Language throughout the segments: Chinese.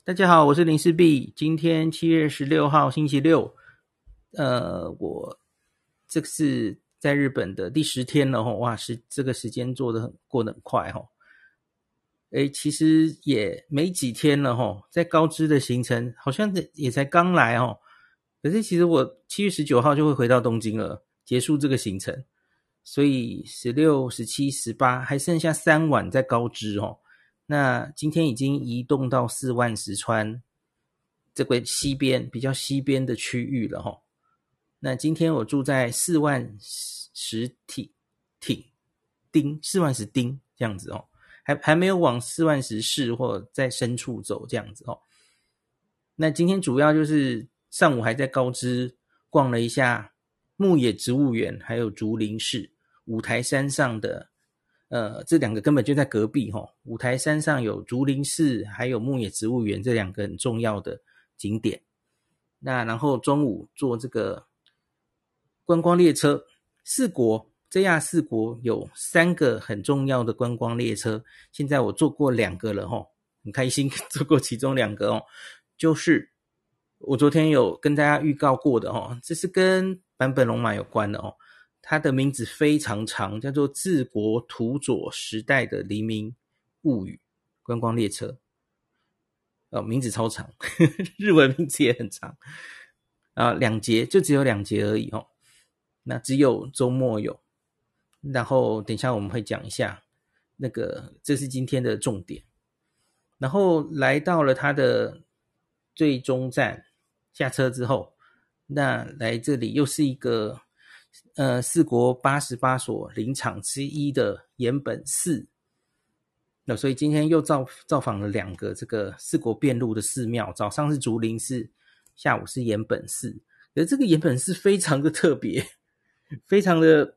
大家好，我是林世璧。今天7月16号星期六，我这个是在日本的第10天了吼，哇，这个时间过得很快吼。其实也没几天了吼，在高知的行程好像也才刚来吼，可是其实我7月19号就会回到东京了，结束这个行程，所以16、17、18还剩下3晚在高知吼。那今天已经移动到四万石川这个比较西边的区域了齁。那今天我住在四万石町这样子齁，还没有往四万石市或在深处走这样子齁。那今天主要就是上午还在高知逛了一下牧野植物园，还有竹林寺。五台山上的这两个根本就在隔壁齁。五台山上有竹林寺还有牧野植物园这两个很重要的景点。那然后中午坐这个观光列车，JR 四国有3个很重要的观光列车，现在我坐过2个了齁，很开心坐过其中2个齁，就是我昨天有跟大家预告过的齁，这是跟坂本龙马有关的齁。它的名字非常长，叫做治国土佐时代的黎明物语观光列车。名字超长日文名字也很长2节，就只有2节而已齁。那只有周末有，然后等一下我们会讲一下这是今天的重点。然后来到了它的最终站，下车之后，那来这里又是一个四国88所灵场之一的岩本寺。那所以今天又造访了2个这个四国遍路的寺庙，早上是竹林寺，下午是岩本寺。而这个岩本寺非常的特别，非常的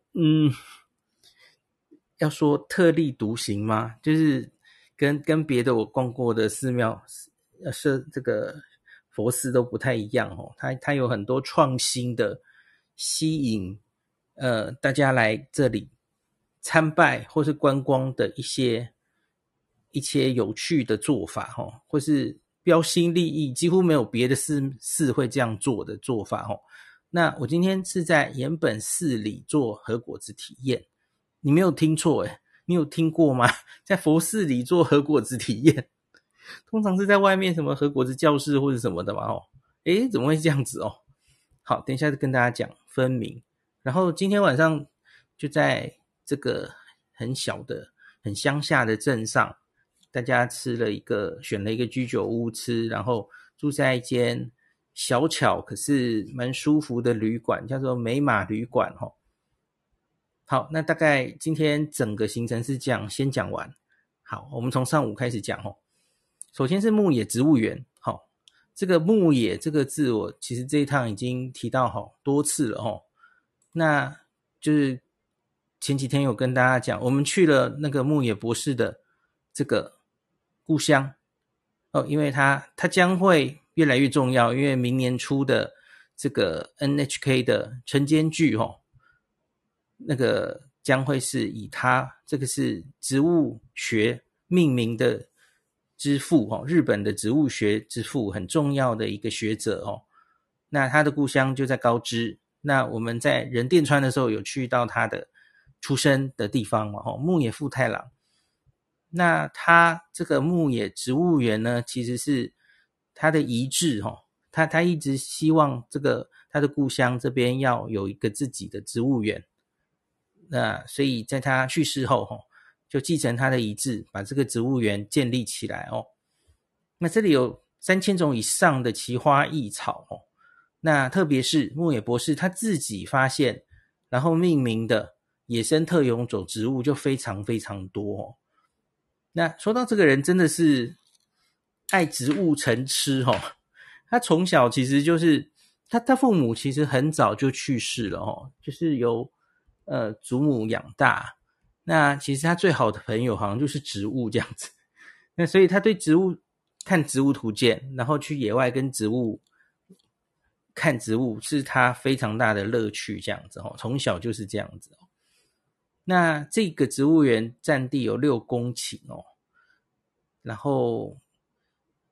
要说特立独行吗？就是跟别的我逛过的寺庙这个佛寺都不太一样哦。它有很多创新的吸引大家来这里参拜或是观光的一些有趣的做法哦，或是标新立异，几乎没有别的寺会这样做的做法哦。那我今天是在岩本寺里做和果子体验，你没有听错诶，你有听过吗？在佛寺里做和果子体验，通常是在外面什么和果子教室或者什么的嘛怎么会这样子哦？好，等一下跟大家讲分明。然后今天晚上就在这个很小的很乡下的镇上，大家选了一个居酒屋吃，然后住在一间小巧可是蛮舒服的旅馆，叫做美马旅馆齁。好，那大概今天整个行程是这样，先讲完。好，我们从上午开始讲齁。首先是牧野植物园，好，这个牧野这个字我其实这一趟已经提到好多次了齁。那就是前几天有跟大家讲，我们去了那个牧野博士的这个故乡因为它将会越来越重要，因为明年初的这个 NHK 的晨间剧那个将会是以它这个是植物学命名的之父日本的植物学之父，很重要的一个学者那他的故乡就在高知，那我们在仁淀川的时候有去到他的出生的地方嘛牧野富太郎。那他这个牧野植物园呢，其实是他的遗志他一直希望他的故乡这边要有一个自己的植物园。那所以在他去世后就继承他的遗志，把这个植物园建立起来那这里有3000种以上的奇花异草那特别是牧野博士他自己发现然后命名的野生特有种植物就非常非常多那说到这个人真的是爱植物成痴他从小其实就是他父母其实很早就去世了就是由祖母养大。那其实他最好的朋友好像就是植物这样子，那所以他对植物看植物图鉴，然后去野外跟植物看植物是他非常大的乐趣这样子从小就是这样子那这个植物园占地有6公顷然后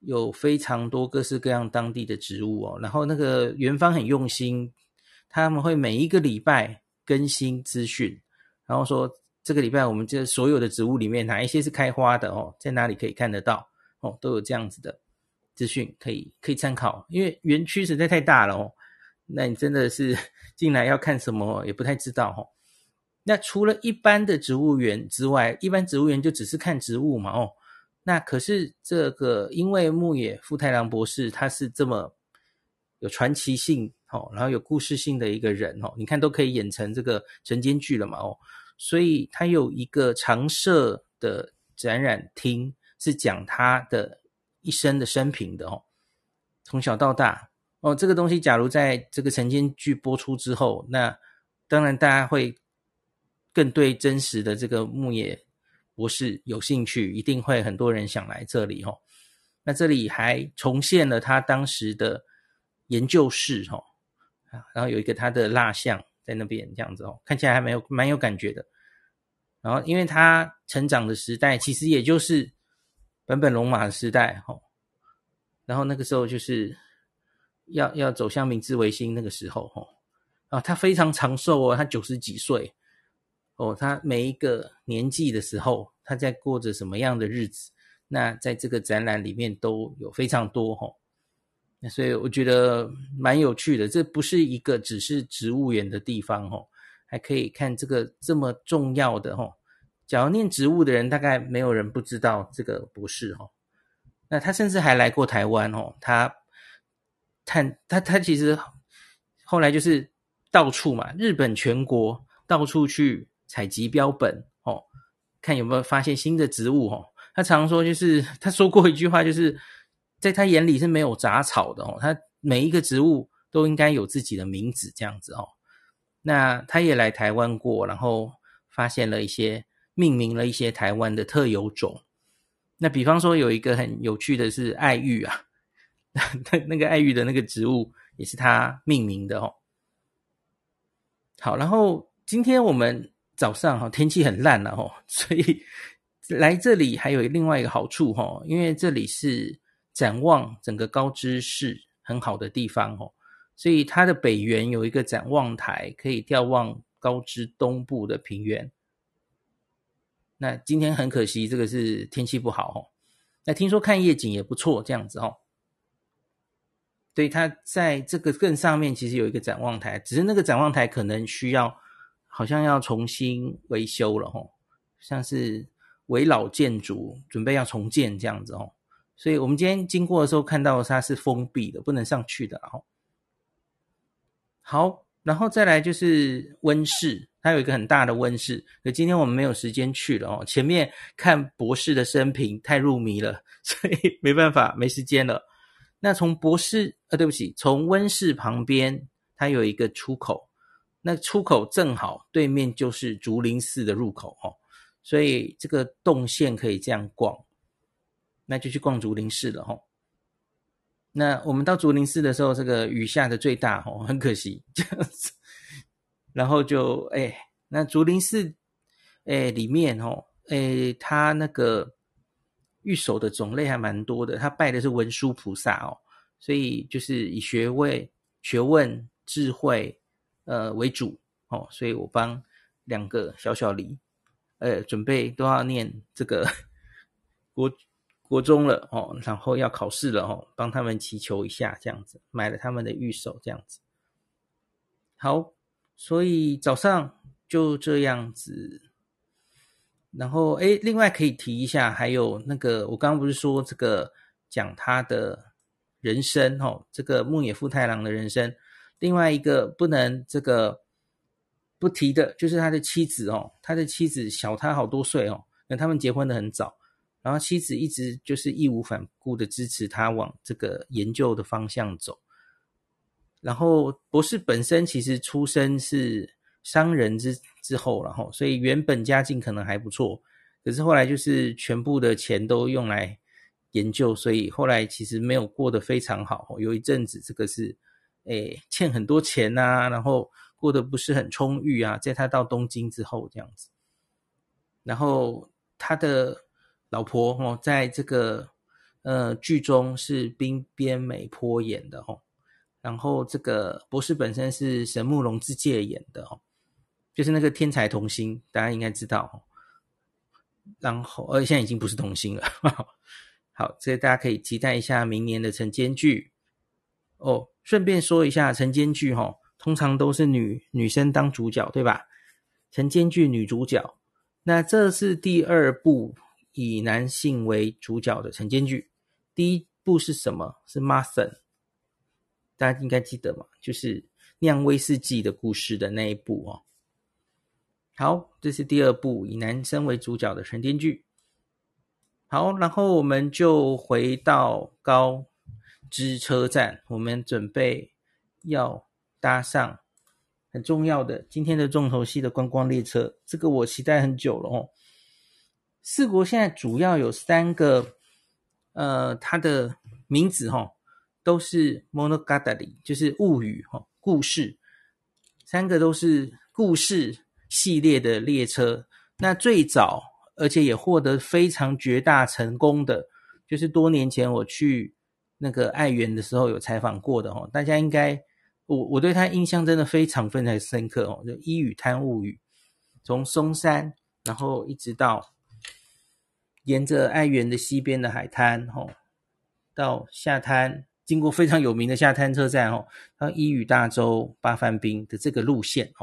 有非常多各式各样当地的植物哦，然后那个园方很用心，他们会每一个礼拜更新资讯，然后说这个礼拜我们这所有的植物里面哪一些是开花的哦，在哪里可以看得到哦，都有这样子的资讯可以参考，因为园区实在太大了哦，那你真的是进来要看什么也不太知道哦。那除了一般的植物园之外，一般植物园就只是看植物嘛哦，那可是这个因为牧野富太郎博士他是这么有传奇性哦，然后有故事性的一个人哦，你看都可以演成这个晨间剧了嘛哦，所以他有一个常设的展览厅是讲他的一生的生平的哦，从小到大哦，这个东西假如在这个晨间剧播出之后，那当然大家会更对真实的这个牧野博士有兴趣，一定会很多人想来这里哦。那这里还重现了他当时的研究室哦，然后有一个他的蜡像在那边这样子哦，看起来还蛮有感觉的。然后因为他成长的时代其实也就是坂本龙马的时代哦，然后那个时候就是要走向明治维新那个时候哦，啊，他非常长寿哦，他90几岁哦，他每一个年纪的时候，他在过着什么样的日子，那在这个展览里面都有非常多哦，那所以我觉得蛮有趣的，这不是一个只是植物园的地方哦，还可以看这个这么重要的哦，假如念植物的人大概没有人不知道这个博士哦，那他甚至还来过台湾哦，他其实后来就是到处嘛，日本全国到处去采集标本哦，看有没有发现新的植物哦。他常说就是他说过一句话，就是在他眼里是没有杂草的哦，他每一个植物都应该有自己的名字这样子哦。那他也来台湾过，然后发现了一些命名了一些台湾的特有种。那比方说有一个很有趣的是爱玉啊，那个爱玉的那个植物也是他命名的哦。好，然后今天我们早上天气很烂了哦，所以来这里还有另外一个好处哦，因为这里是展望整个高知市很好的地方哦，所以它的北缘有一个展望台，可以眺望高知东部的平原。那今天很可惜，这个是天气不好哦。那听说看夜景也不错，这样子哦。对，它在这个更上面其实有一个展望台，只是那个展望台可能需要，好像要重新维修了哦，像是危老建筑准备要重建这样子哦。所以我们今天经过的时候看到它是封闭的，不能上去的哦。好，然后再来就是温室，它有一个很大的温室，可今天我们没有时间去了哦。前面看博士的生平太入迷了，所以没办法，没时间了。那从博士对不起，从温室旁边它有一个出口，那出口正好对面就是竹林寺的入口哦，所以这个动线可以这样逛，那就去逛竹林寺了哦。那我们到竹林寺的时候，这个雨下的最大哦，很可惜这样子。然后就那竹林寺里面哦，它那个御守的种类还蛮多的，他拜的是文殊菩萨哦，所以就是以学问、智慧为主哦，所以我帮2个小礼准备都要念这个国中了哦，然后要考试了哦，帮他们祈求一下这样子，买了他们的御守这样子。好，所以早上就这样子。然后另外可以提一下，还有那个我刚刚不是说这个讲他的人生哦，这个牧野富太郎的人生，另外一个不能这个不提的就是他的妻子哦，他的妻子小他好多岁哦，因为他们结婚的很早，然后妻子一直就是义无反顾的支持他往这个研究的方向走。然后博士本身其实出身是商人之后，然后所以原本家境可能还不错，可是后来就是全部的钱都用来研究，所以后来其实没有过得非常好，有一阵子这个是欠很多钱啊，然后过得不是很充裕啊，在他到东京之后这样子。然后他的老婆在这个剧中是滨边美波演的哦，然后这个博士本身是神木隆之介演的哦，就是那个天才童星，大家应该知道哦。然后现在已经不是童星了好，这大家可以期待一下明年的晨间剧哦。顺便说一下，晨间剧通常都是女生当主角，对吧？晨间剧女主角，那这是第二部以男性为主角的晨间剧。第一部是什么？是 Martha， 大家应该记得嘛，就是酿威士忌的故事的那一部哦。好，这是第二部以男生为主角的晨间剧。好，然后我们就回到高知车站，我们准备要搭上很重要的今天的重头戏的观光列车，这个我期待很久了哦。四国现在主要有3个，它的名字都是 monogatari， 就是物语故事，3个都是故事系列的列车。那最早而且也获得非常绝大成功的，就是多年前我去那个爱媛的时候有采访过的大家应该我对他印象真的非常非常深刻就伊予滩物语，从松山然后一直到沿着爱媛的西边的海滩到下滩，经过非常有名的下滩车站到伊予大洲八幡滨的这个路线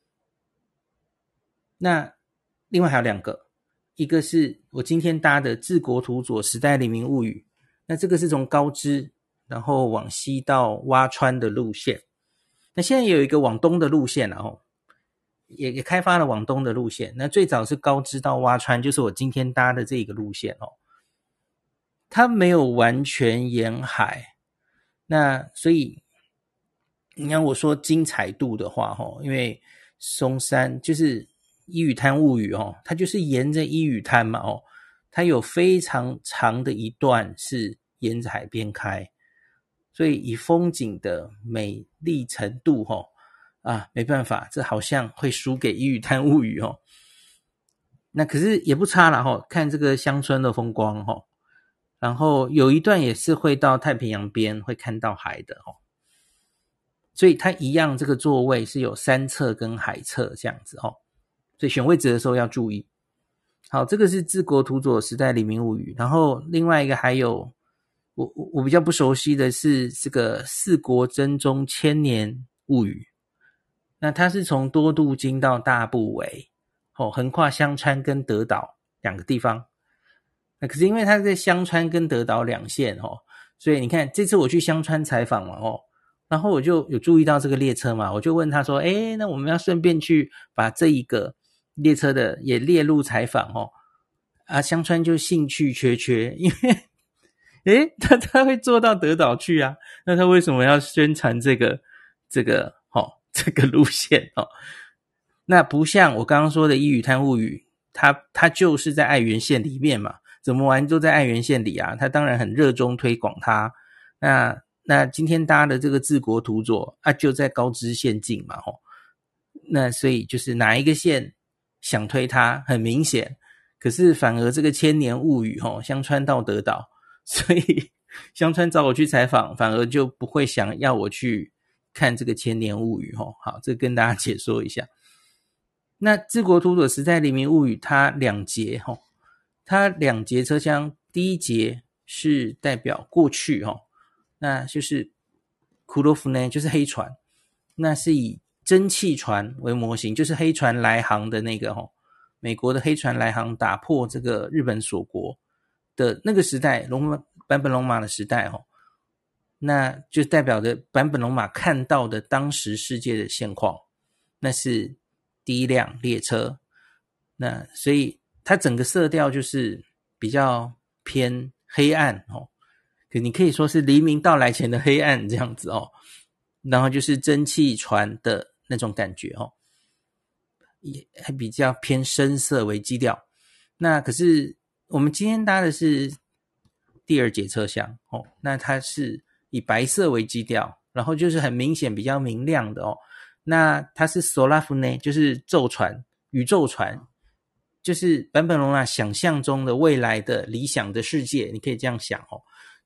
那另外还有2个，一个是我今天搭的治国土佐时代黎明物语，那这个是从高知然后往西到洼川的路线。那现在也有一个往东的路线也开发了往东的路线。那最早是高知到洼川，就是我今天搭的这个路线它没有完全沿海，那所以你要我说精彩度的话因为松山就是伊予滩物语它就是沿着伊予滩嘛它有非常长的一段是沿着海边开，所以以风景的美丽程度没办法，这好像会输给伊予滩物语那可是也不差啦看这个乡村的风光然后有一段也是会到太平洋边会看到海的所以它一样这个座位是有山侧跟海侧这样子所以选位置的时候要注意。好，这个是治国土佐时代黎明物语，然后另外一个还有我比较不熟悉的是这个四国真宗千年物语，那它是从多度津到大部尾横跨香川跟德岛2个地方。那可是因为它在香川跟德岛2线所以你看这次我去香川采访嘛然后我就有注意到这个列车嘛，我就问他说那我们要顺便去把这一个列车的也列入采访香川就兴趣缺缺，因为他会坐到德岛去啊，那他为什么要宣传这个路线那不像我刚刚说的伊予滩物语，它就是在爱媛县里面嘛，怎么玩都在爱媛县里啊，他当然很热衷推广它。那今天搭的这个治国土佐就在高知县境嘛那所以就是哪一个县想推它很明显，可是反而这个千年物语香川到德岛，所以香川找我去采访反而就不会想要我去看这个千年物语好，这跟大家解说一下。那治国土佐时代黎明物语它2节它2节车厢，第一节是代表过去那就是库洛夫呢就是黑船，那是以蒸汽船为模型，就是黑船来航的那个美国的黑船来航打破这个日本锁国的那个时代，坂本龙马的时代那就代表着坂本龙马看到的当时世界的现况，那是第一辆列车。那所以它整个色调就是比较偏黑暗可你可以说是黎明到来前的黑暗这样子然后就是蒸汽船的那种感觉也还比较偏深色为基调。那可是我们今天搭的是第2节车厢那它是以白色为基调，然后就是很明显比较明亮的那它是 Solafune 就是宙船宇宙船，就是坂本龙马想象中的未来的理想的世界，你可以这样想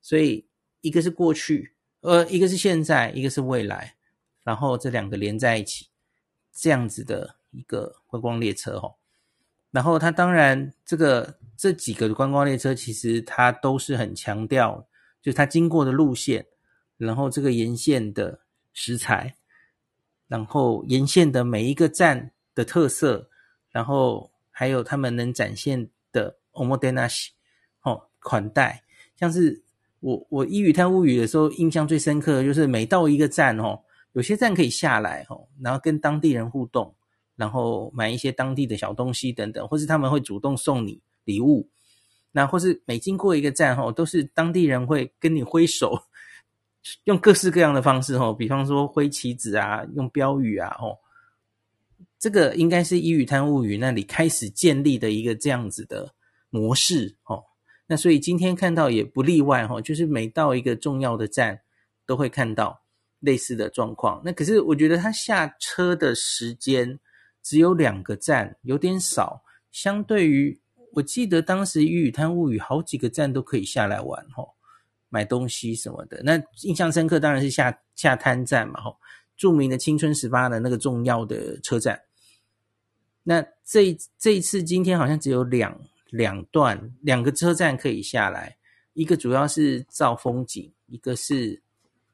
所以一个是过去，一个是现在，一个是未来，然后这两个连在一起，这样子的一个观光列车齁。然后它当然这几个观光列车其实它都是很强调，就是它经过的路线，然后这个沿线的食材，然后沿线的每一个站的特色，然后还有他们能展现的 omotenashi 款待，像是我一语贪物语的时候印象最深刻的就是每到一个站有些站可以下来然后跟当地人互动，然后买一些当地的小东西等等，或是他们会主动送你礼物，那或是每经过一个站都是当地人会跟你挥手，用各式各样的方式比方说挥旗子啊，用标语啊这个应该是一语贪物语那里开始建立的一个这样子的模式那所以今天看到也不例外就是每到一个重要的站都会看到类似的状况。那可是我觉得他下车的时间只有2个站，有点少，相对于我记得当时一语贪物语好几个站都可以下来玩买东西什么的。那印象深刻当然是下滩站嘛著名的青春18的那个重要的车站。那这一次今天好像只有两个车站可以下来，一个主要是照风景，一个是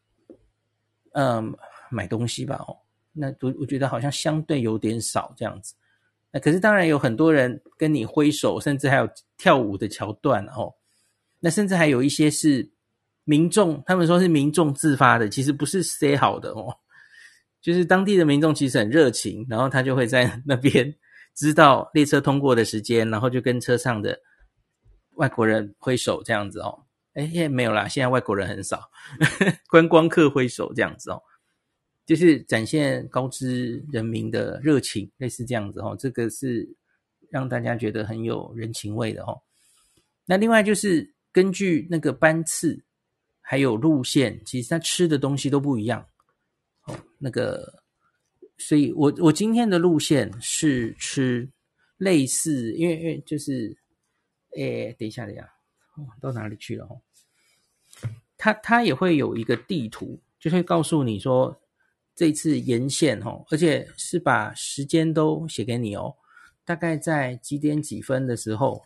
买东西吧那我觉得好像相对有点少这样子。那可是当然有很多人跟你挥手，甚至还有跳舞的桥段那甚至还有一些是民众，他们说是民众自发的，其实不是 say 好的就是当地的民众其实很热情，然后他就会在那边知道列车通过的时间，然后就跟车上的外国人挥手这样子没有啦，现在外国人很少观光客挥手这样子就是展现高知人民的热情，类似这样子这个是让大家觉得很有人情味的那另外就是根据那个班次还有路线，其实他吃的东西都不一样那个，所以我今天的路线是吃类似，因为就是等一下到哪里去了它也会有一个地图，就会告诉你说这次沿线而且是把时间都写给你大概在几点几分的时候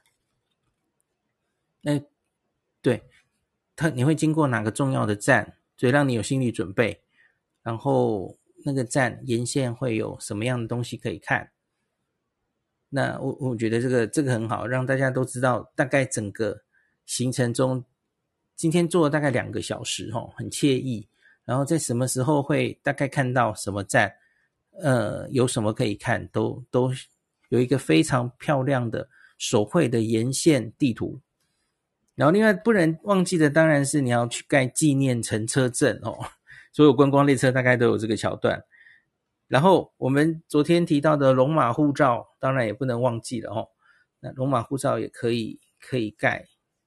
对，你会经过哪个重要的站，所以让你有心理准备，然后那个站沿线会有什么样的东西可以看。那我觉得这个很好，让大家都知道大概整个行程中今天坐了大概2个小时很惬意，然后在什么时候会大概看到什么站有什么可以看，都有一个非常漂亮的手绘的沿线地图。然后另外不能忘记的当然是你要去盖纪念乘车证所有观光列车大概都有这个桥段。然后我们昨天提到的龙马护照当然也不能忘记了那龙马护照也可以盖。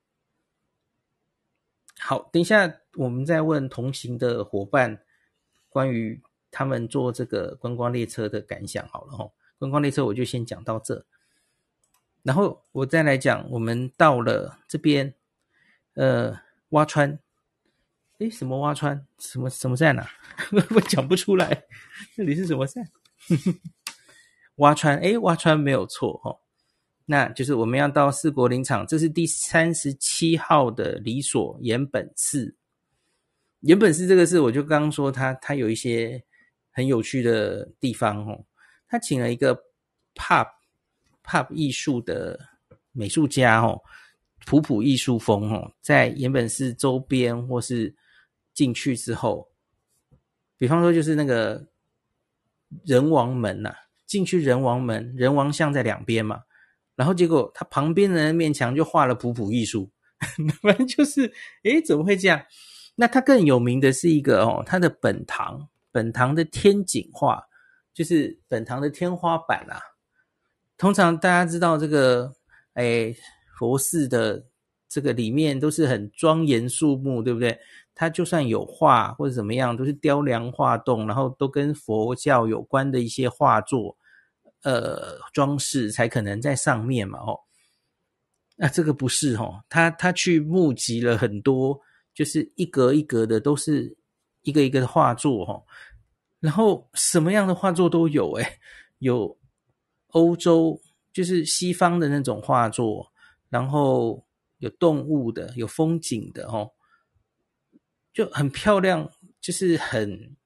好，等一下我们再问同行的伙伴关于他们坐这个观光列车的感想好了观光列车我就先讲到这，然后我再来讲我们到了这边蛙川什么蛙川什么站啊我讲不出来这里是什么站蛙川蛙川没有错那就是我们要到四国林场，这是第37号的理所岩本寺。岩本寺这个是我就刚刚说它有一些很有趣的地方他请了一个 pub 艺术的美术家普艺术风在岩本寺周边或是进去之后，比方说就是那个人王门进去人王门，人王像在两边嘛，然后结果他旁边的那面墙就画了普艺术反正就是怎么会这样。那他更有名的是一个他的本堂的天井画，就是本堂的天花板通常大家知道这个佛寺的这个里面都是很庄严肃穆，对不对？它就算有画或者怎么样都是雕梁画栋，然后都跟佛教有关的一些画作装饰才可能在上面嘛那这个不是他去募集了很多就是一格一格的都是一个一个的画作然后什么样的画作都有有欧洲就是西方的那种画作，然后有动物的，有风景的就很漂亮，就是很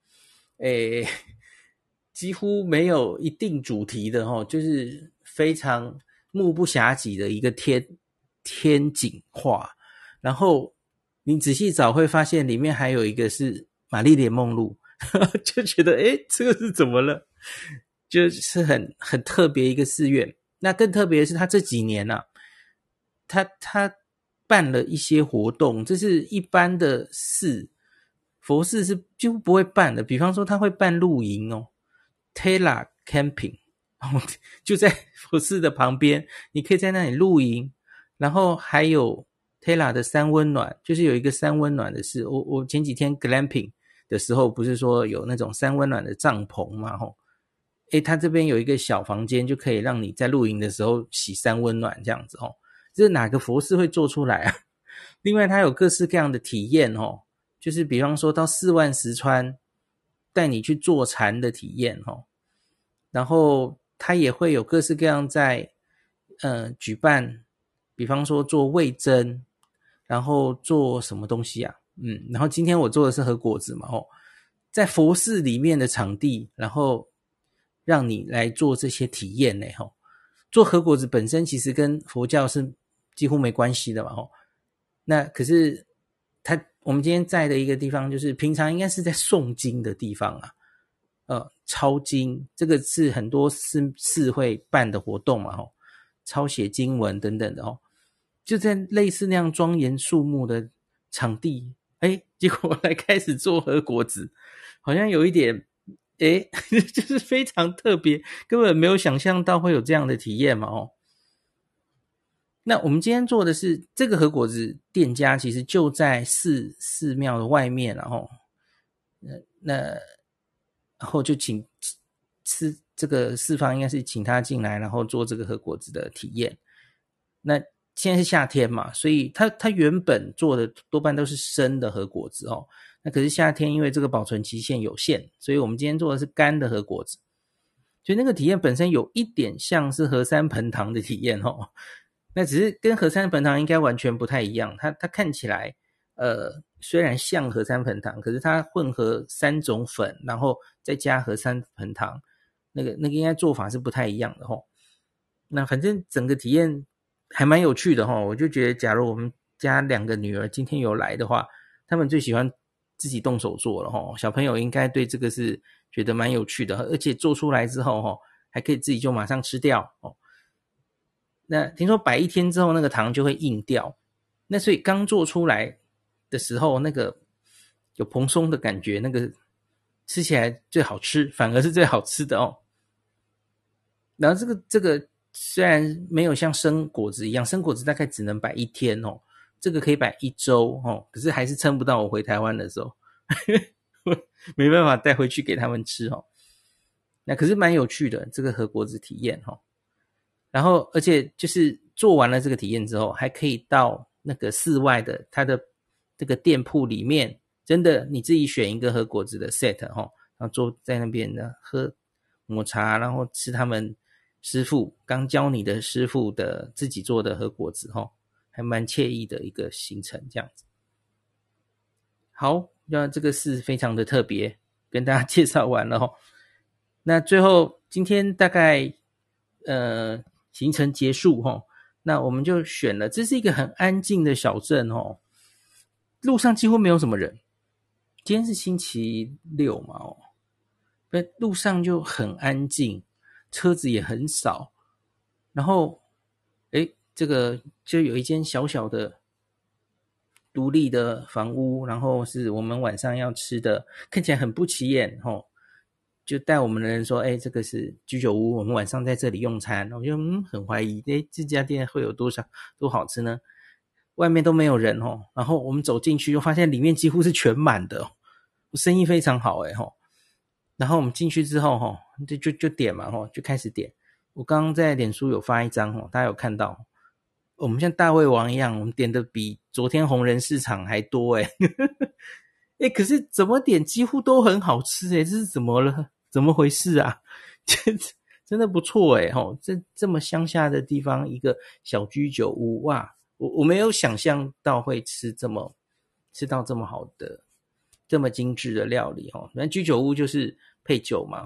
几乎没有一定主题的就是非常目不暇给的一个天景画。然后你仔细找会发现里面还有一个是玛丽莲梦露就觉得这个是怎么了，就是很特别一个寺院。那更特别的是他这几年他办了一些活动，这是一般的佛寺是几乎不会办的。比方说他会办露营Tela Camping 就在佛寺的旁边，你可以在那里露营。然后还有 Tela 的三温暖，就是有一个三温暖的事。我前几天 glamping 的时候不是说有那种三温暖的帐篷嘛他这边有一个小房间，就可以让你在露营的时候洗三温暖这样子这是哪个佛寺会做出来啊？另外它有各式各样的体验就是比方说到4万石川带你去坐禅的体验然后它也会有各式各样在举办，比方说做味噌，然后做什么东西啊然后今天我做的是和果子嘛在佛寺里面的场地，然后让你来做这些体验做和果子本身其实跟佛教是几乎没关系的嘛那可是我们今天在的一个地方就是平常应该是在诵经的地方抄经，这个是很多寺会办的活动嘛抄写经文等等的就在类似那样庄严肃穆的场地结果来开始做和果子，好像有一点就是非常特别，根本没有想象到会有这样的体验嘛那我们今天做的是这个和果子店家其实就在寺庙的外面然后就请这个四方应该是请他进来，然后做这个和果子的体验。那现在是夏天嘛，所以他原本做的多半都是生的和果子那可是夏天因为这个保存期限有限，所以我们今天做的是干的和果子。所以那个体验本身有一点像是和山盆糖的体验那只是跟和山盆糖应该完全不太一样。它看起来虽然像和山盆糖，可是它混合3种粉，然后再加和山盆糖，那个应该做法是不太一样的那反正整个体验还蛮有趣的我就觉得假如我们家2个女儿今天有来的话，她们最喜欢自己动手做了小朋友应该对这个是觉得蛮有趣的，而且做出来之后还可以自己就马上吃掉那听说摆1天之后那个糖就会硬掉，那所以刚做出来的时候那个有蓬松的感觉，那个吃起来最好吃，反而是最好吃的然后这个虽然没有像生果子一样，生果子大概只能摆1天这个可以摆1周可是还是撑不到我回台湾的时候没办法带回去给他们吃那可是蛮有趣的这个和果子体验然后而且就是做完了这个体验之后，还可以到那个寺外的它的这个店铺里面，真的你自己选一个和果子的 set 然后坐在那边呢喝抹茶，然后吃他们师傅刚教你的师傅的自己做的和果子还蛮惬意的一个行程这样子。好，那这个是非常的特别，跟大家介绍完了那最后今天大概行程结束那我们就选了，这是一个很安静的小镇路上几乎没有什么人。今天是星期六嘛路上就很安静，车子也很少，然后这个就有一间小小的独立的房屋，然后是我们晚上要吃的，看起来很不起眼就带我们的人说这个是居酒屋，我们晚上在这里用餐。我就很怀疑这家店会有多好吃呢，外面都没有人然后我们走进去就发现里面几乎是全满的生意非常好然后我们进去之后就点嘛就开始点。我刚刚在脸书有发一张大家有看到， 我们像大胃王一样，我们点的比昨天红人市场还多诶诶可是怎么点几乎都很好吃诶这是怎么了？怎么回事啊？真的不错诶这么乡下的地方，一个小居酒屋，哇，我没有想象到会吃到这么好的、这么精致的料理反正居酒屋就是配酒嘛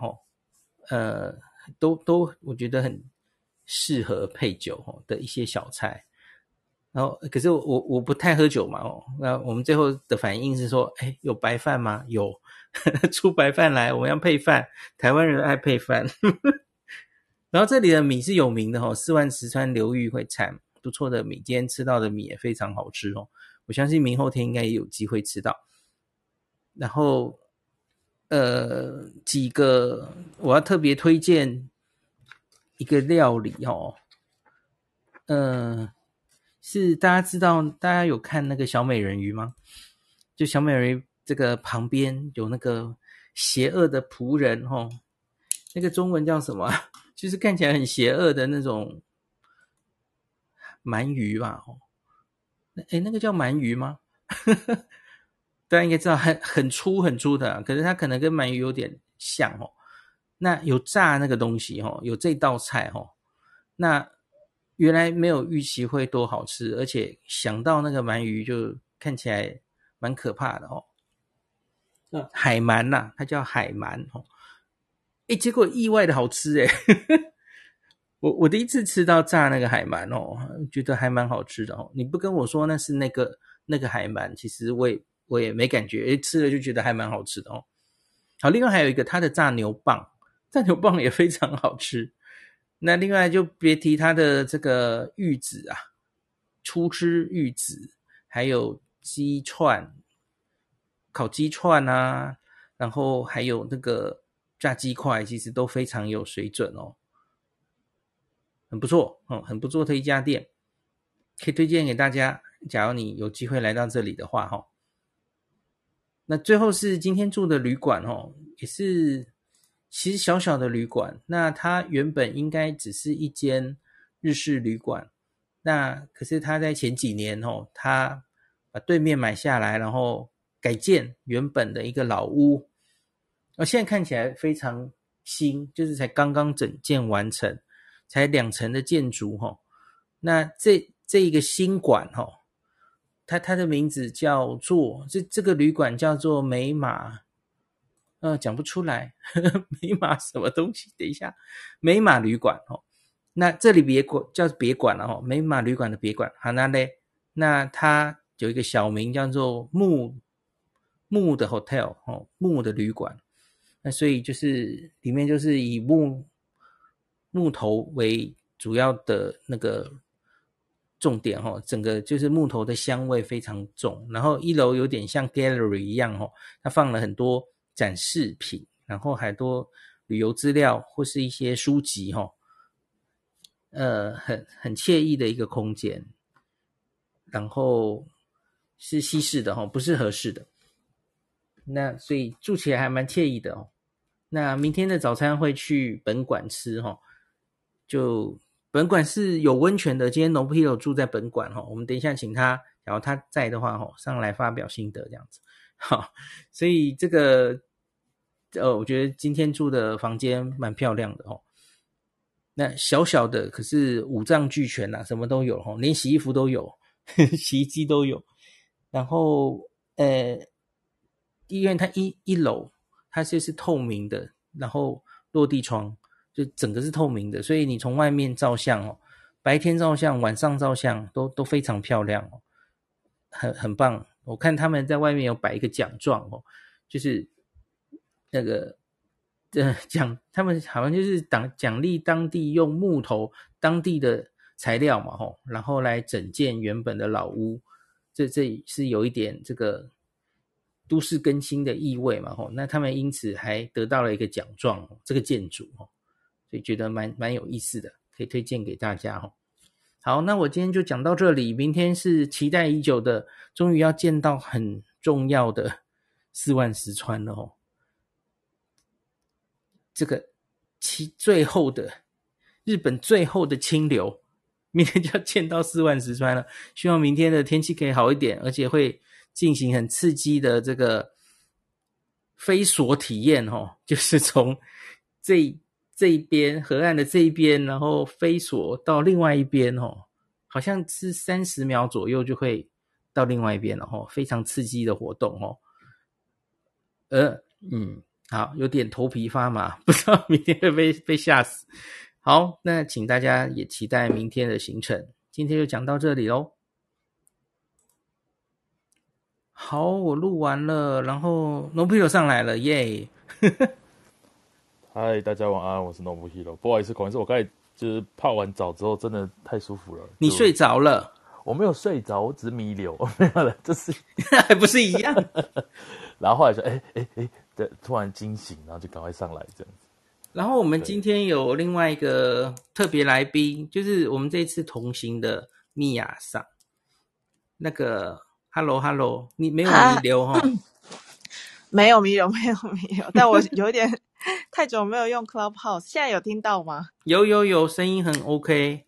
都我觉得很适合配酒的一些小菜。然后可是我不太喝酒嘛那我们最后的反应是说，哎，有白饭吗？有，出白饭来，我们要配饭，台湾人爱配饭。然后这里的米是有名的4万石川流域会产不错的米，今天吃到的米也非常好吃我相信明后天应该也有机会吃到。然后几个我要特别推荐一个料理是大家知道，大家有看那个小美人鱼吗？就小美人鱼这个旁边有那个邪恶的仆人那个中文叫什么？就是看起来很邪恶的那种鳗鱼吧那个叫鳗鱼吗？大家应该知道很粗很粗的可是它可能跟鳗鱼有点像那有炸那个东西有这道菜那原来没有预期会多好吃，而且想到那个鳗鱼就看起来蛮可怕的海鳗啦它叫海鳗结果意外的好吃我第一次吃到炸那个海鳗觉得还蛮好吃的你不跟我说那是那个海鳗，其实我也没感觉吃了就觉得还蛮好吃的好，另外还有一个它的炸牛蒡，炸牛蒡也非常好吃。那另外就别提它的这个玉子初汁玉子，还有鸡串，烤鸡串然后还有那个炸鸡块，其实都非常有水准很不错很不错的一家店，可以推荐给大家。假如你有机会来到这里的话那最后是今天住的旅馆也是其实小小的旅馆，那它原本应该只是一间日式旅馆，那可是它在前几年它把对面买下来，然后改建原本的一个老屋，现在看起来非常新，就是才刚刚整建完成，才2层的建筑那这一个新馆它的名字叫做这个旅馆叫做美马讲不出来美马什么东西，等一下，美马旅馆那这里叫别馆了美马旅馆的别馆好那它有一个小名叫做木的 hotel 木的旅馆，那所以就是里面就是以木头为主要的那个重点整个就是木头的香味非常重，然后一楼有点像 gallery 一样它放了很多展示品，然后还多旅游资料或是一些书籍很惬意的一个空间，然后是西式的不是和式的，那所以住起来还蛮惬意的那明天的早餐会去本馆吃就本馆是有温泉的，今天 NoPilo 住在本馆我们等一下请他，然后他在的话上来发表心得这样子好，所以这个我觉得今天住的房间蛮漂亮的那小小的可是五脏俱全什么都有连洗衣服都有洗衣机都有，然后因为它一楼它就是透明的，然后落地窗就整个是透明的，所以你从外面照相白天照相晚上照相都非常漂亮很棒。我看他们在外面有摆一个奖状就是那个他们好像就是奖励当地用木头当地的材料嘛然后来整建原本的老屋，这是有一点这个都市更新的意味嘛那他们因此还得到了一个奖状这个建筑所以觉得蛮有意思的，可以推荐给大家好，那我今天就讲到这里，明天是期待已久的终于要见到很重要的4万石川了这个最后的日本最后的清流明天就要见到4万石川了。希望明天的天气可以好一点，而且会进行很刺激的这个飞索体验就是从这一边河岸的这一边，然后飞索到另外一边好像是30秒左右就会到另外一边了非常刺激的活动好，有点头皮发麻，不知道明天会被吓死。好，那请大家也期待明天的行程。今天就讲到这里咯。好，我录完了，然后 Nobilo 上来了，耶！ 嗨，大家晚安，我是 Nobuhiro。不好意思，不好意思，我刚才就是泡完澡之后，真的太舒服了。 你睡着了？ 我没有睡着，我只是弥留，没有了，就是还不是一样？ 然后后来就突然惊醒，然后就赶快上来这样子。 然后我们今天有另外一个特别来宾，就是我们这次同行的米娅桑。那个 Hello， 你没有弥留没有弥留，但我有一点太久没有用 Clubhouse， 现在有听到吗？ 有，声音很 OK。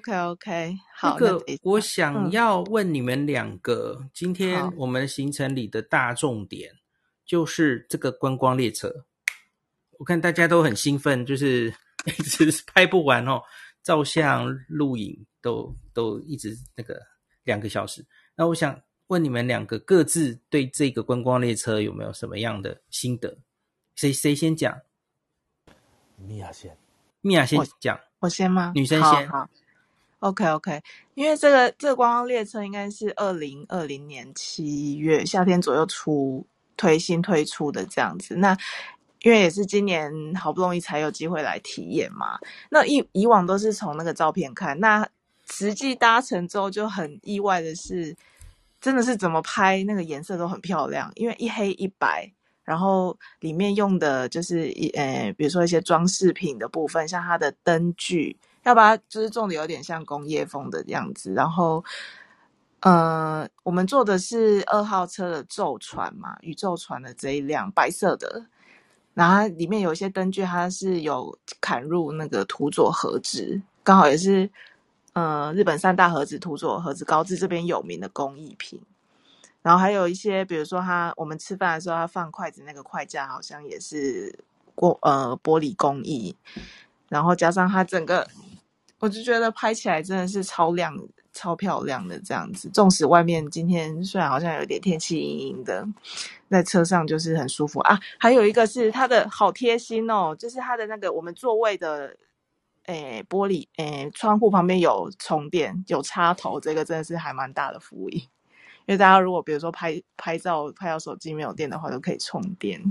OK， 好。 那个我想要问你们两个，今天我们行程里的大重点就是这个观光列车。我看大家都很兴奋，就是一直拍不完照相录影都一直那个2个小时。那我想问你们两个各自对这个观光列车有没有什么样的心得？谁先讲？ 米娅先讲。我先吗？ 女生先。 好。OK， 因为这个观光列车应该是2020年7月夏天左右新推出的这样子。那因为也是今年好不容易才有机会来体验嘛。那以往都是从那个照片看，那实际搭乘之后就很意外的是，真的是怎么拍那个颜色都很漂亮，因为一黑一白。然后里面用的就是比如说一些装饰品的部分，像它的灯具，要把它就是做的有点像工业风的样子。然后我们坐的是2号车的宙船嘛，宇宙船的这一辆白色的，然后它里面有一些灯具，它是有砍入那个土佐和子，刚好也是日本3大和子土佐和子高知这边有名的工艺品。然后还有一些比如说我们吃饭的时候他放筷子那个筷架好像也是玻璃工艺。然后加上它整个，我就觉得拍起来真的是超亮超漂亮的这样子。纵使外面今天虽然好像有点天气阴阴的，在车上就是很舒服啊。还有一个是它的好贴心哦，就是它的那个我们座位的玻璃窗户旁边有充电有插头，这个真的是还蛮大的福利。因为大家如果比如说拍照拍到手机没有电的话，都可以充电。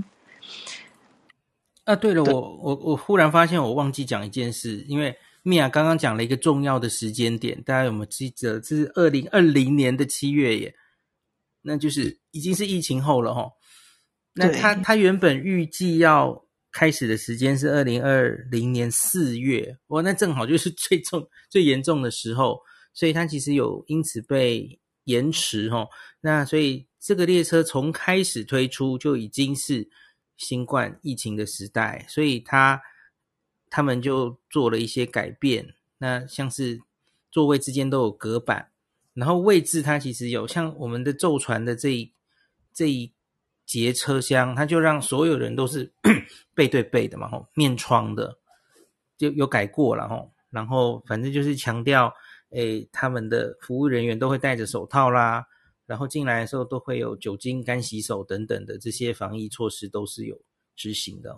对了，我忽然发现我忘记讲一件事，因为米娅刚刚讲了一个重要的时间点，大家有没有记得？这是2020年的7月耶，那就是已经是疫情后了那他原本预计要开始的时间是2020年4月，那正好就是最严重的时候，所以他其实有因此被延迟那所以这个列车从开始推出就已经是新冠疫情的时代，所以他们就做了一些改变。那像是座位之间都有隔板，然后位置它其实有像我们的舟船的这一节车厢，它就让所有人都是背对背的嘛面窗的，就有改过了然后反正就是强调他们的服务人员都会戴着手套啦，然后进来的时候都会有酒精干洗手等等的这些防疫措施都是有执行的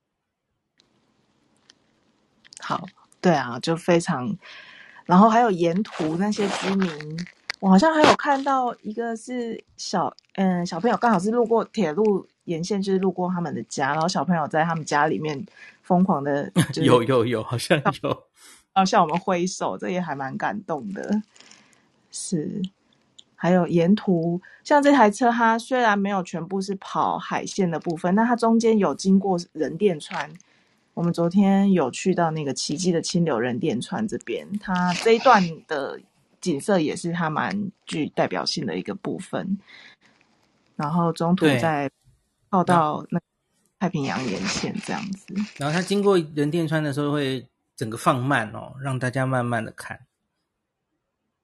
好，对啊，就非常。然后还有沿途那些居民，我好像还有看到一个是小朋友刚好是路过铁路沿线，就是路过他们的家，然后小朋友在他们家里面疯狂的、就是、 有好像有， 然后向我们挥手，这也还蛮感动的。是，还有沿途像这台车，它虽然没有全部是跑海线的部分，但它中间有经过人电川。我们昨天有去到那个奇迹的清流人电川这边，它这一段的景色也是它蛮具代表性的一个部分。然后中途再跑到那太平洋沿线这样子。 然后它经过人电川的时候会整个放慢让大家慢慢的看。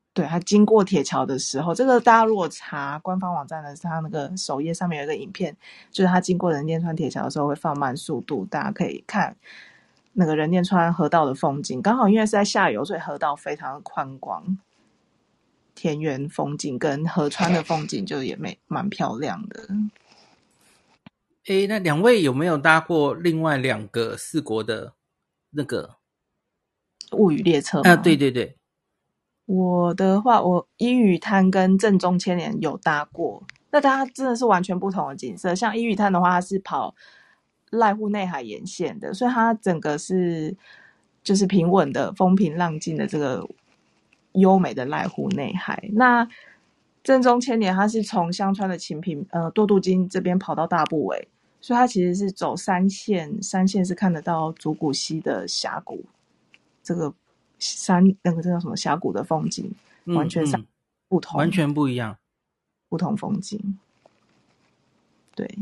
对，它经过铁桥的时候，这个大家如果查官方网站的，它那个首页上面有一个影片，就是它经过人电川铁桥的时候会放慢速度，大家可以看那个人电川河道的风景。刚好因为是在下游，所以河道非常的宽广，田园风景跟河川的风景就也蛮漂亮的。 诶，那两位有没有搭过另外2个4国的那个物语列车吗？ 对对对。 我的话，我伊予滩跟正宗千年有搭过，那它真的是完全不同的景色。像伊予滩的话，它是跑濑户内海沿线的，所以它整个是就是平稳的、风平浪静的这个优美的濑户内海。那正宗千年它是从香川的晴平多度津这边跑到大部尾，所以它其实是走山线是看得到竹谷溪的峡谷，这个那个叫什么峡谷的风景，完全是不同， 完全不一样， 不同风景。对。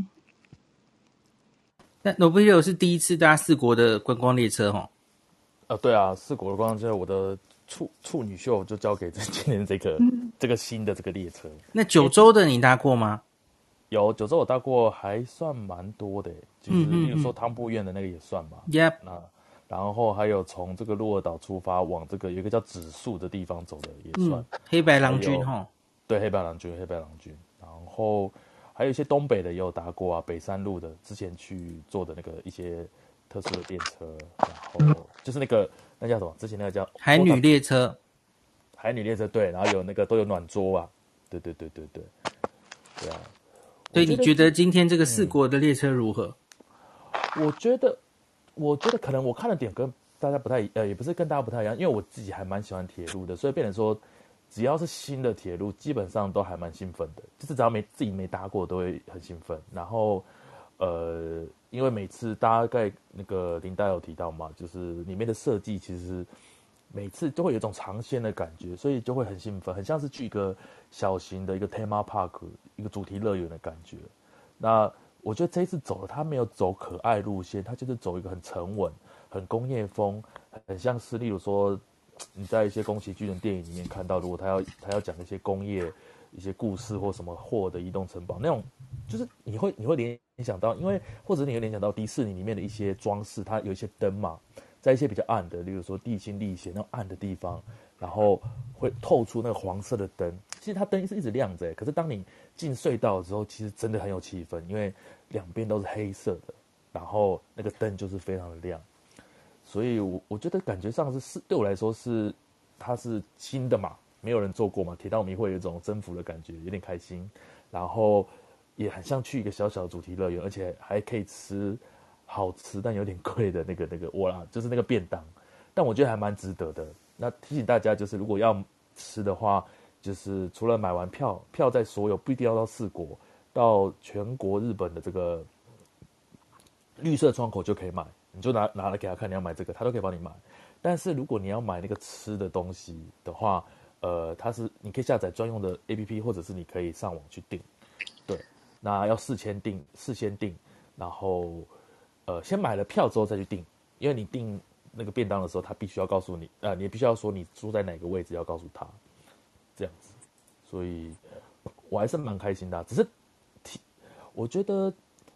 那 Nobuhiro 是第一次搭4国的观光列车齁？ 对啊，4国的观光列车，我的处女秀就交给今年这个新的这个列车。 那九州的你搭过吗？ 有九州我搭过，还算蛮多的，就是例如说汤布院的那个也算嘛。 Yep。 然后还有从这个鹿儿岛出发往这个有一个叫指宿的地方走的也算。 黑白郎君齁。 对，黑白郎君。然后还有一些东北的也有搭过啊，北山路的之前去坐的那个一些特殊的电车，然后就是那叫什么？之前那个叫海女列车。 海女列车对，然后有那个都有暖桌啊。对啊。 对，你觉得今天这个4国的列车如何？ 我觉得可能我看的点跟大家不太也不是跟大家不太一样，因为我自己还蛮喜欢铁路的，所以变成说只要是新的铁路基本上都还蛮兴奋的，就是只要自己没搭过都会很兴奋。然后因为每次大概那个林大有提到嘛，就是里面的设计其实每次都会有一种尝鲜的感觉，所以就会很兴奋，很像是去一个小型的一个 theme park 一个主题乐园的感觉。那我觉得这一次走了，他没有走可爱路线，他就是走一个很沉稳、很工业风，很像是例如说你在一些宫崎骏的电影里面看到，如果他要讲一些工业一些故事或什么霍的移动城堡那种，就是你会联想到，因为或者你会联想到迪士尼里面的一些装饰，它有一些灯嘛，在一些比较暗的，例如说地心历险那种暗的地方，然后会透出那个黄色的灯。其实它灯是一直亮着，可是当你进隧道的时候，其实真的很有气氛，因为两边都是黑色的，然后那个灯就是非常的亮，所以我觉得感觉上是对我来说是它是新的嘛，没有人做过嘛，铁道迷会有一种征服的感觉，有点开心，然后也很像去一个小小的主题乐园，而且还可以吃好吃但有点贵的那个窝啦，就是那个便当，但我觉得还蛮值得的。那提醒大家，就是如果要吃的话，就是除了买完票在所有不一定要到4国，到全国日本的这个绿色窗口就可以买，你就拿来给他看你要买这个，他都可以帮你买。但是如果你要买那个吃的东西的话，你可以下载专用的 APP， 或者是你可以上网去订。对，那要事先订，然后先买了票之后再去订，因为你订那个便当的时候，他必须要告诉你，你必须要说你住在哪个位置，要告诉他，这样子。所以我还是蛮开心的，只是我觉得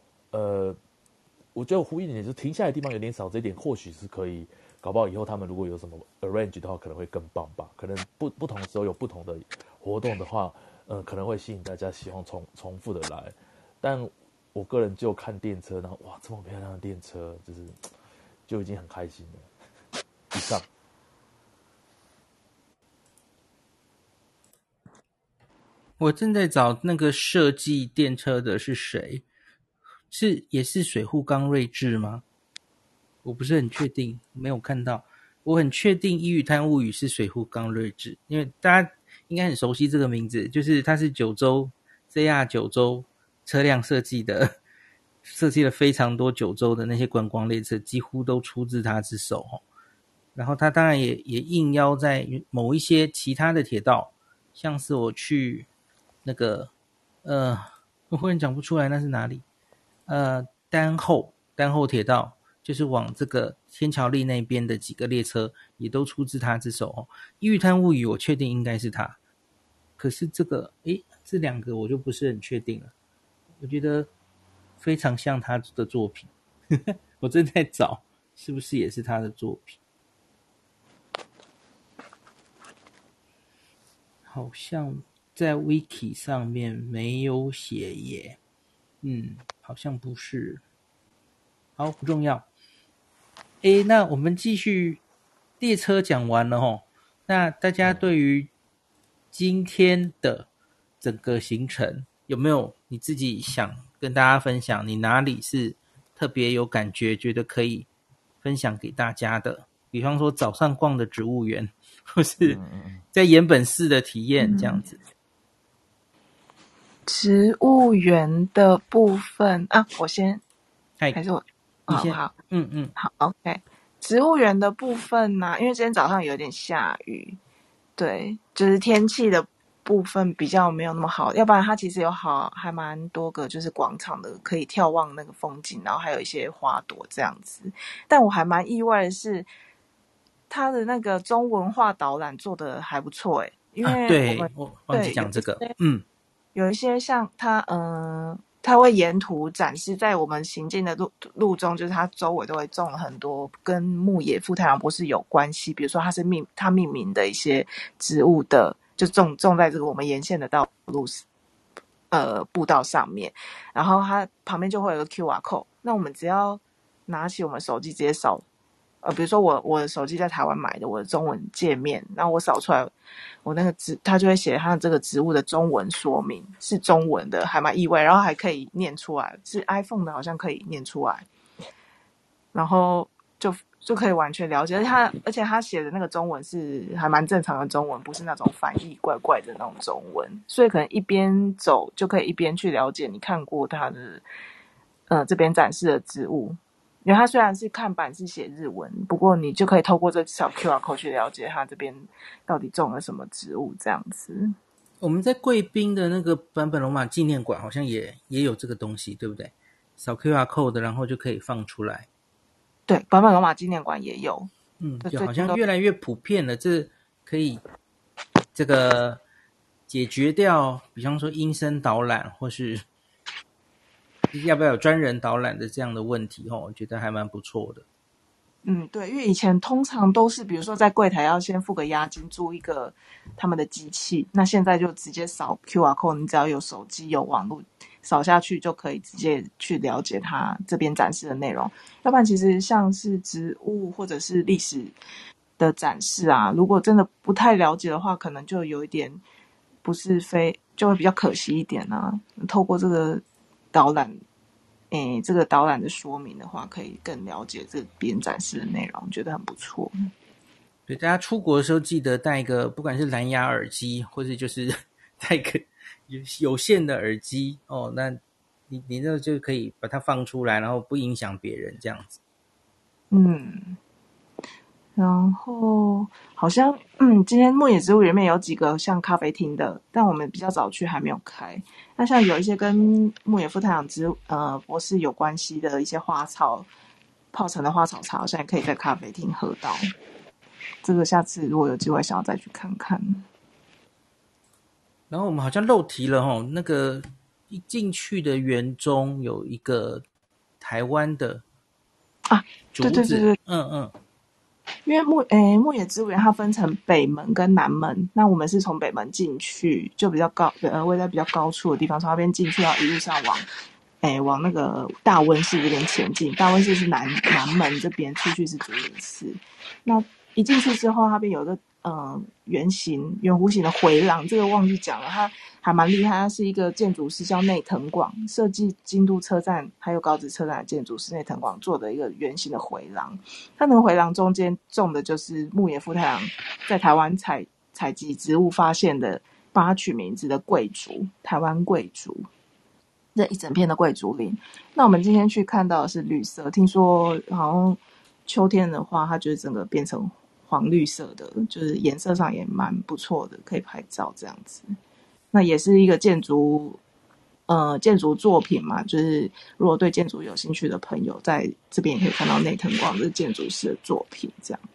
我呼应一点，就是停下来的地方有点少，这一点或许是可以，搞不好以后他们如果有什么 arrange 的话，可能会更棒吧。可能不同的时候有不同的活动的话，可能会吸引大家希望重复的来。但我个人就看电车，然后哇，这么漂亮的电车，就已经很开心了。以上。 我正在找那个设计电车的是谁，也是水户刚睿治吗？我不是很确定，没有看到。我很确定伊予滩物语是水户刚睿治，因为大家应该很熟悉这个名字，就是他是九州 JR 九州车辆设计了非常多九州的那些观光列车，几乎都出自他之手。然后他当然也应邀在某一些其他的铁道，像是我去那个我忽然讲不出来那是哪里，丹后铁道就是往这个天桥立那边的几个列车也都出自他之手哦。异域滩物语我确定应该是他，可是这个这两个我就不是很确定了。我觉得非常像他的作品，我正在找是不是也是他的作品，好像在 Wiki 上面没有写耶，好像不是。好，不重要。那我们继续，列车讲完了齁。那大家对于今天的整个行程，有没有你自己想跟大家分享？你哪里是特别有感觉，觉得可以分享给大家的？比方说早上逛的植物园，或是在岩本寺的体验这样子。 植物园的部分啊，我先，还是我？ 你先。 好，好 ，OK。植物园的部分呢，因为今天早上有点下雨，对，就是天气的部分比较没有那么好，要不然它其实有还蛮多个就是广场的可以眺望那个风景，然后还有一些花朵这样子。但我还蛮意外的是，它的那个中文化导览做的还不错因为我忘记讲这个， 有一些像它会沿途展示在我们行进的路中，就是它周围都会种了很多跟牧野富太郎博士有关系，比如说它命名的一些植物的，就种在这个我们沿线的道路步道上面，然后它旁边就会有个 QR code， 那我们只要拿起我们手机直接扫。比如说我的手机在台湾买的，我的中文界面，然后我扫出来，我那个它就会写它这个植物的中文说明是中文的，还蛮意外，然后还可以念出来，是 iPhone 的，好像可以念出来，然后就可以完全了解，而且他写的那个中文是还蛮正常的中文，不是那种翻译怪怪的那种中文，所以可能一边走就可以一边去了解你看过他的这边展示的植物。因为它虽然是看板是写日文，不过你就可以透过这小 QR code 去了解它这边到底种了什么植物这样子。 我们在贵宾的那个坂本龙马纪念馆好像也有这个东西，对不对？扫 QR code 然后就可以放出来。 对，坂本龙马纪念馆也有。 就好像越来越普遍了，这可以这个解决掉，比方说音声导览或是要不要有专人导览的这样的问题我觉得还蛮不错的。 对，因为以前通常都是比如说在柜台要先付个押金租一个他们的机器，那现在就直接扫 QR code， 你只要有手机有网络扫下去就可以直接去了解它这边展示的内容。要不然其实像是植物或者是历史的展示啊，如果真的不太了解的话，可能就有一点就会比较可惜一点啊。透过这个导览这个导览的说明的话，可以更了解这边展示的内容，觉得很不错。 对，大家出国的时候记得带一个，不管是蓝牙耳机，或是就是带一个有线的耳机那你那就可以把它放出来，然后不影响别人这样子。 然后好像今天牧野植物里面有几个像咖啡厅的，但我们比较早去还没有开。那像有一些跟牧野富太郎博士有关系的一些花草泡成的花草茶，好像也可以在咖啡厅喝到。这个下次如果有机会想要再去看看。 然后我们好像漏提了那个一进去的园中有一个台湾的竹子， 对，因为牧野植物园它分成北门跟南门，那我们是从北门进去，就比较高，位在比较高处的地方，从那边进去，要一路上往那个大温室这边前进。大温室是南门这边，出去是竹林寺。那一进去之后，那边有一个圆弧形的回廊，这个忘记讲了，它还蛮厉害。它是一个建筑师叫内藤广，设计京都车站还有高知车站的建筑师内藤广做的一个圆形的回廊。它那个回廊中间种的就是牧野富太郎在台湾采集植物发现的，帮他取名字的桂竹，台湾桂竹。这一整片的桂竹林。那我们今天去看到的是绿色，听说好像秋天的话，它就是整个变成黄绿色的，就是颜色上也蛮不错的，可以拍照这样子。那也是一个建筑建筑作品嘛，就是如果对建筑有兴趣的朋友，在这边也可以看到内藤光的建筑师的作品。这样，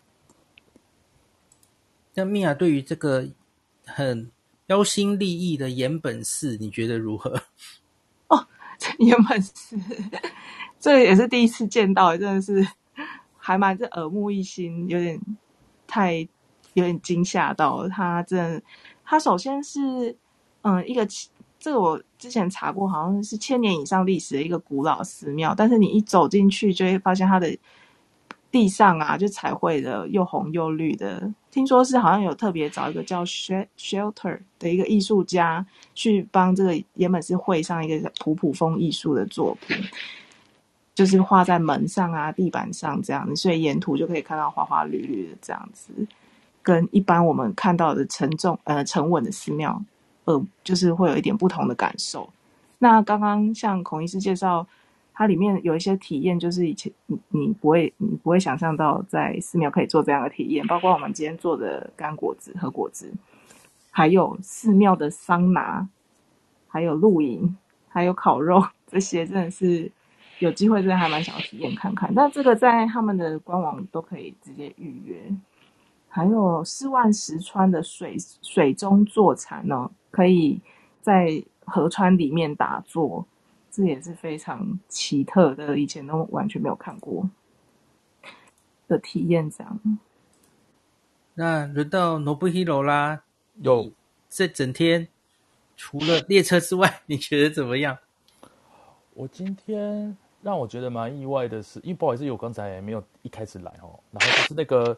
那米娅对于这个很标新立异的岩本寺，你觉得如何？ 哦，原本是这个也是第一次见到，真的是还蛮耳目一新，有点惊吓到了。他首先是一个这个我之前查过，好像是1000年以上历史的一个古老寺庙，但是你一走进去就会发现它的地上啊，就彩绘的又红又绿的。听说是好像有特别找一个叫 Shelter 的一个艺术家去帮这个岩本寺绘上一个普普风艺术的作品，就是画在门上啊、地板上这样，所以沿途就可以看到花花绿绿的这样子，跟一般我们看到的沉稳的寺庙，就是会有一点不同的感受。那刚刚像孔医师介绍，它里面有一些体验，就是以前你不会想象到在寺庙可以做这样的体验，包括我们今天做的干果子、和果子，还有寺庙的桑拿，还有露营，还有烤肉，这些真的是有机会真的还蛮想要体验看看。但这个在他们的官网都可以直接预约。还有4万石川的水中坐禅哦，可以在河川里面打坐，这也是非常奇特的，以前都完全没有看过的体验。这样， 那轮到 Nobuhiro 啦， 有这整天除了列车之外，你觉得怎么样？ 我今天让我觉得蛮意外的是，因为不好意思，因为我刚才没有一开始来哦，然后就是那个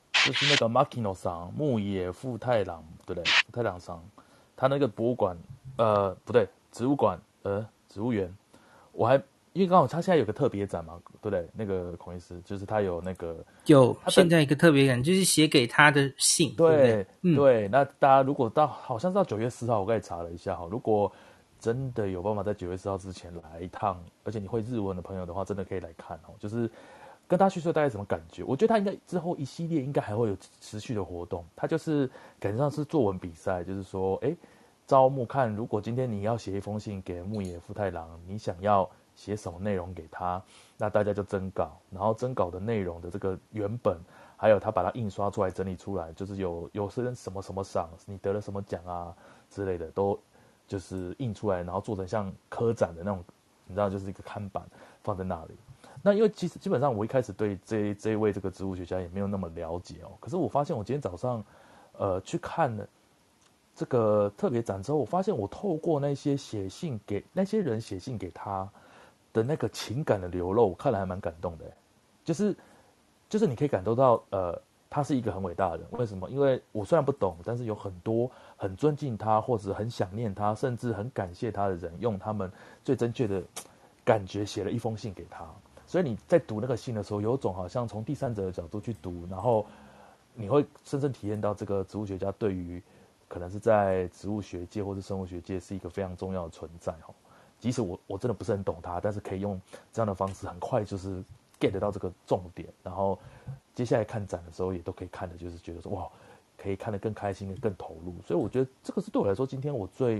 Makino 桑木野富太郎，对不对？富太郎桑，他那个博物馆，不对，植物馆，植物园，我还因为刚好他现在有个特别展嘛，对不对？那个孔医师就是他有那个有现在一个特别感，就是写给他的信，对不对？ 对，那大家如果好像是到9月4号，我刚才查了一下哈，如果真的有办法在9月4号之前来一趟，而且你会日文的朋友的话，真的可以来看哦。就是跟大家叙述大概什么感觉，我觉得他应该之后一系列应该还会有持续的活动。他就是感觉上是作文比赛，就是说，招募看如果今天你要写一封信给木野富太郎，你想要写什么内容给他，那大家就征稿，然后征稿的内容的这个原本，还有他把它印刷出来整理出来，就是有是什么什么赏，你得了什么奖啊之类的都。就是印出来，然后做成像科展的那种，你知道，就是一个看板放在那里。那因为其实基本上我一开始对这一位这个植物学家也没有那么了解哦。可是我发现我今天早上，去看了这个特别展之后，我发现我透过那些那些人写信给他的那个情感的流露，我看了还蛮感动的。就是你可以感受到，他是一个很伟大的人。为什么？因为我虽然不懂，但是有很多很尊敬他，或者很想念他，甚至很感谢他的人，用他们最真切的感觉写了一封信给他。所以你在读那个信的时候，有种好像从第三者的角度去读，然后你会深深体验到这个植物学家对于可能是在植物学界或是生物学界是一个非常重要的存在哦。即使我真的不是很懂他，但是可以用这样的方式很快就是 get 到这个重点，然后接下来看展的时候也都可以看的，就是觉得说哇，可以看得更开心、更投入。所以我觉得这个是对我来说今天我最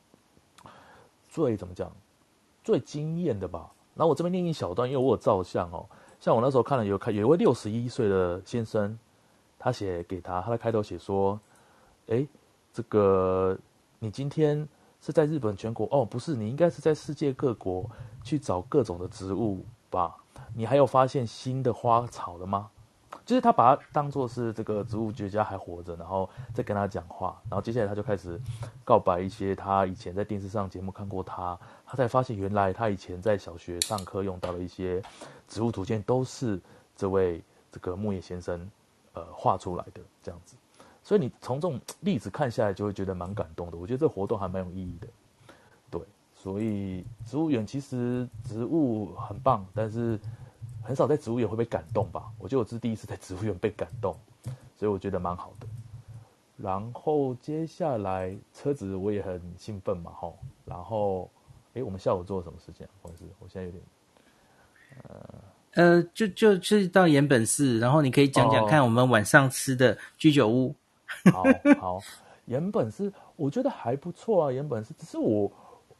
怎么讲最惊艳的吧。然后我这边念一小段，因为我有照相哦。像我那时候看了有一位61岁的先生，他写给他的开头写说，这个你今天是在日本全国哦，不是，你应该是在世界各国去找各种的植物吧？你还有发现新的花草了吗？就是他把他当作是这个植物学家还活着，然后再跟他讲话，然后接下来他就开始告白一些他以前在电视上节目看过他才发现原来他以前在小学上课用到的一些植物图鉴都是这位这个木野先生画出来的这样子。所以你从这种例子看下来，就会觉得蛮感动的。我觉得这活动还蛮有意义的，对。所以植物园其实植物很棒，但是很少在植物园会被感动吧？我觉得我这是第一次在植物园被感动，所以我觉得蛮好的。然后接下来车子我也很兴奋嘛，吼。然后，我们下午做了什么事情啊？不好意思，我现在有点， 就是到岩本寺，然后你可以讲讲看我们晚上吃的居酒屋。 好，岩本是我觉得还不错啊，岩本是只是我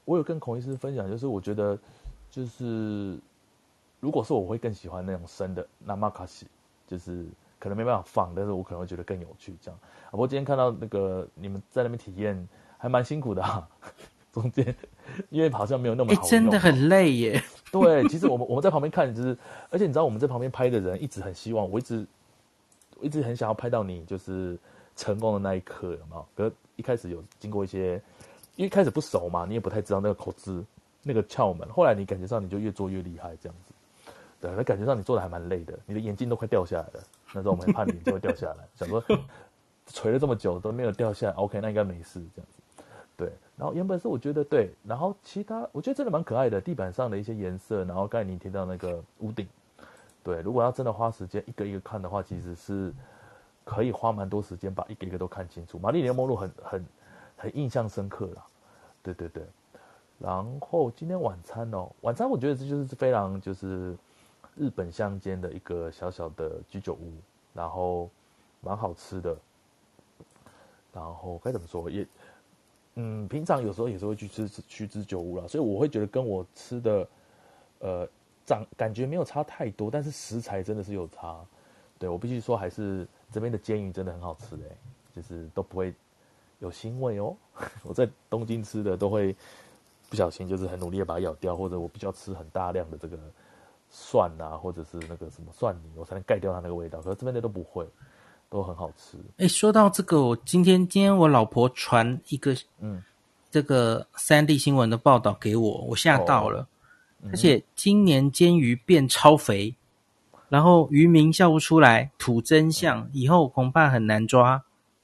我有跟孔医师分享，就是我觉得就是如果是我会更喜欢那种生的 namakashi， 就是可能没办法放，但是我可能会觉得更有趣这样。不过今天看到那个你们在那边体验还蛮辛苦的啊，中间因为好像没有那么好用， 真的很累耶。 对，其实我们在旁边看，就是而且你知道我们在旁边拍的人一直很希望，我一直很想要拍到你就是成功的那一刻，有没有？可是一开始有经过一些，因为一开始不熟嘛，你也不太知道那个口姿、那个窍门。后来你感觉上你就越做越厉害，这样子。对，那感觉上你做的还蛮累的，你的眼镜都快掉下来了。那时候我们很怕你眼镜会掉下来，想说垂了这么久都没有掉下来 ，OK， 那应该没事这样子。对，然后原本是我觉得对，然后其他我觉得真的蛮可爱的，地板上的一些颜色，然后刚才你提到那个屋顶，对，如果要真的花时间一个一个看的话，其实是可以花蛮多时间把一个一个都看清楚。玛丽莲梦露很印象深刻啦，对对对。然后今天晚餐晚餐我觉得这就是非常就是日本乡间的一个小小的居酒屋，然后蛮好吃的，然后该怎么说也。平常有时候也是会去居酒屋啦，所以我会觉得跟我吃的，感觉没有差太多，但是食材真的是有差。对，我必须说，还是这边的煎鱼真的很好吃就是都不会有腥味哦。我在东京吃的都会不小心就是很努力的把它咬掉，或者我必须要吃很大量的这个蒜啊，或者是那个什么蒜泥，我才能盖掉它那个味道。可是这边的都不会。都很好吃。 说到这个，我今天我老婆传一个这个3D 新闻的报道给我吓到了。而且今年煎鱼变超肥，然后渔民笑不出来，吐真相，以后恐怕很难抓。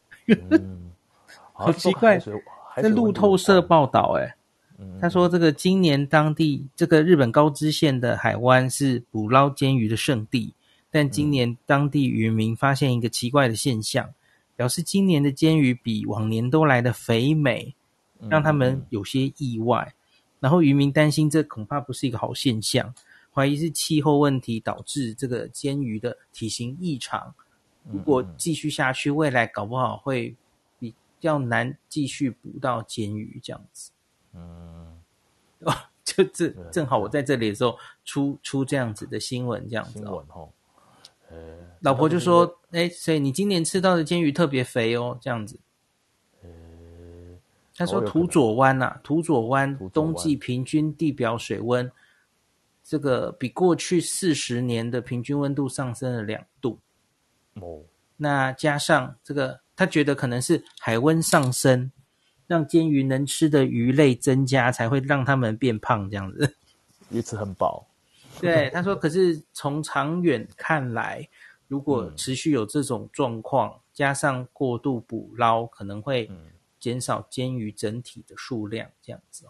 好奇怪，这路透社报道他说这个今年当地这个日本高知县的海湾是捕捞煎鱼的圣地。但今年当地渔民发现一个奇怪的现象，表示今年的煎鱼比往年都来得肥美，让他们有些意外。然后渔民担心这恐怕不是一个好现象，怀疑是气候问题导致这个煎鱼的体型异常。如果继续下去，未来搞不好会比较难继续捕到煎鱼这样子。就正好我在这里的时候出这样子的新闻这样子老婆就说所以你今年吃到的煎鱼特别肥这样子。他说土佐湾冬季平均地表水温这个比过去40年的平均温度上升了2度。那加上这个他觉得可能是海温上升，让煎鱼能吃的鱼类增加，才会让他们变胖这样子。 鱼吃很饱。 对，他说可是从长远看来，如果持续有这种状况，加上过度捕捞，可能会减少煎鱼整体的数量这样子。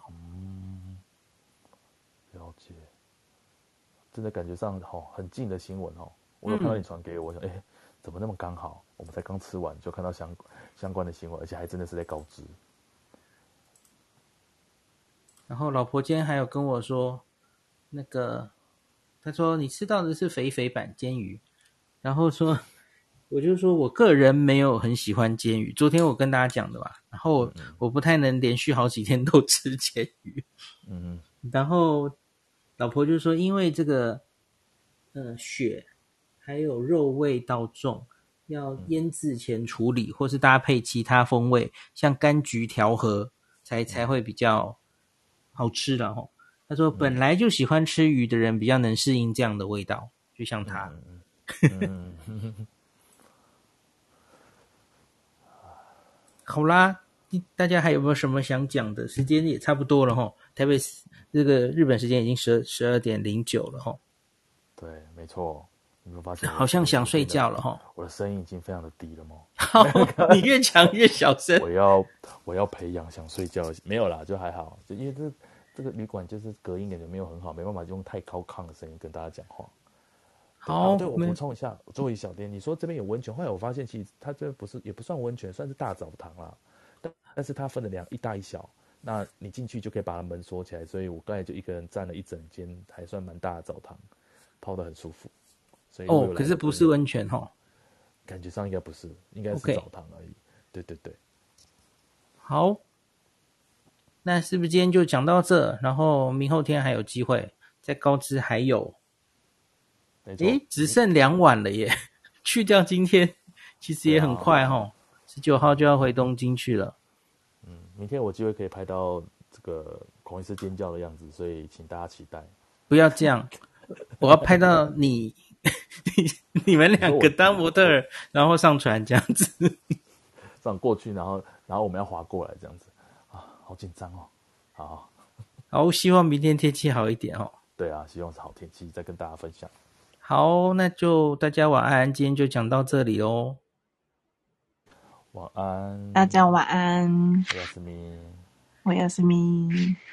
了解。真的感觉上很近的新闻我有看到你传给我，想怎么那么刚好？我们才刚吃完就看到相关的新闻，而且还真的是在高知。 然后老婆今天还有跟我说，那个他说你吃到的是肥版煎鱼，然后说我就说我个人没有很喜欢煎鱼，昨天我跟大家讲的吧，然后我不太能连续好几天都吃煎鱼。然后老婆就说因为这个血还有肉味道重，要腌制前处理，或是搭配其他风味，像柑橘调和才会比较好吃的他说本来就喜欢吃鱼的人比较能适应这样的味道，就像他。好啦，大家还有没有什么想讲的？时间也差不多了台北这个日本时间已经12点09了对，没错。你有没有发现好像想睡觉了我的声音已经非常的低了吗？ 你越讲越小声。 我要培养想睡觉，没有啦，就还好，就因为这个旅馆就是隔音感觉没有很好，没办法用太高亢的声音跟大家讲话。好，对，我补充一下，作为小店，你说这边有温泉，后来我发现其实它这边也不算温泉，算是大澡堂啦，但是它分了一大一小，那你进去就可以把门锁起来，所以我刚才就一个人占了一整间，还算蛮大的澡堂，泡得很舒服。所以可是不是温泉感觉上应该不是，应该是澡堂而已。对对对。 好， 那是不是今天就讲到这？然后明后天还有机会，在高知还有， 没错， 只剩2晚了耶！去掉今天，其实也很快齁，19号就要回东京去了。 明天我机会可以拍到这个孔医师尖叫的样子，所以请大家期待。 不要这样，我要拍到你们2个当模特儿，然后上传这样子。 上过去，然后我们要滑过来这样子啊，好紧张哦。 好，希望明天天气好一点哦。 对啊，希望是好天气，再跟大家分享。 好，那就大家晚安，今天就讲到这里哦。 晚安， 大家晚安， 我是咪， 我也是咪。